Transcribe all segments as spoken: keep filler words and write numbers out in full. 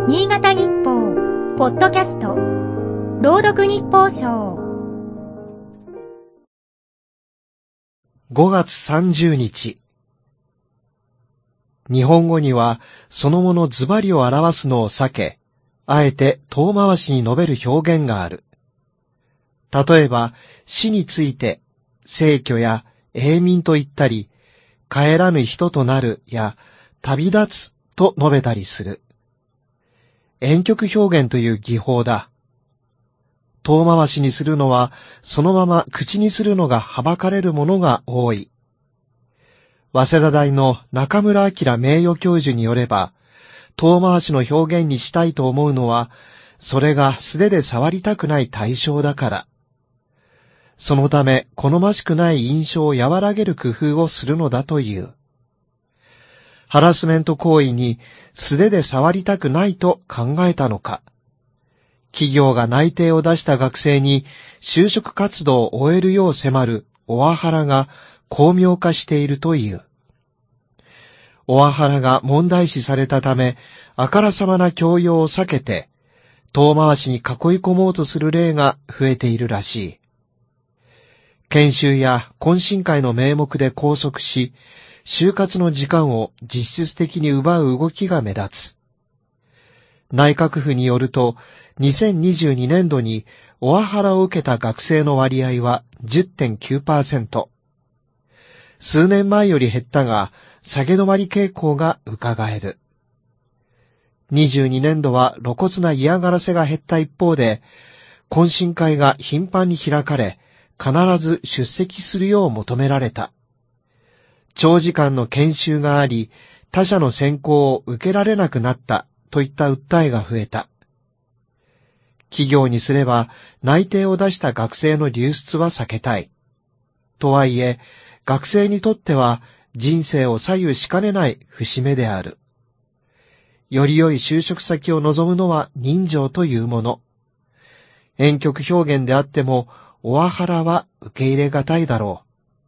新潟日報ポッドキャスト朗読日報賞ごがつさんじゅうにち。日本語にはそのものズバリを表すのを避け、あえて遠回しに述べる表現がある。例えば、死について、逝去や永眠と言ったり、帰らぬ人となるや旅立つと述べたりする。婉曲表現という技法だ。遠回しにするのは、そのまま口にするのがはばかれるものが多い。早稲田大の中村明名誉教授によれば、遠回しの表現にしたいと思うのは、それが素手で触りたくない対象だから。そのため、好ましくない印象を和らげる工夫をするのだという。ハラスメント行為に素手で触りたくないと考えたのか。企業が内定を出した学生に就職活動を終えるよう迫るオワハラが巧妙化しているという。オワハラが問題視されたため、あからさまな強要を避けて、遠回しに囲い込もうとする例が増えているらしい。研修や懇親会の名目で拘束し、就活の時間を実質的に奪う動きが目立つ。内閣府によると、にせんにじゅうにねんどにオワハラを受けた学生の割合は じゅってんきゅうパーセント。数年前より減ったが、下げ止まり傾向が伺える。にじゅうにねんどは露骨な嫌がらせが減った一方で、懇親会が頻繁に開かれ、必ず出席するよう求められた。長時間の研修があり、他社の選考を受けられなくなったといった訴えが増えた。企業にすれば内定を出した学生の流出は避けたい。とはいえ、学生にとっては人生を左右しかねない節目である。より良い就職先を望むのは人情というもの。婉曲表現であっても、オワハラは受け入れがたいだろう。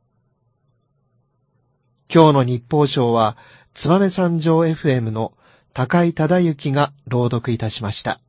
今日の日報賞は、燕三条 エフエム の高井忠幸が朗読いたしました。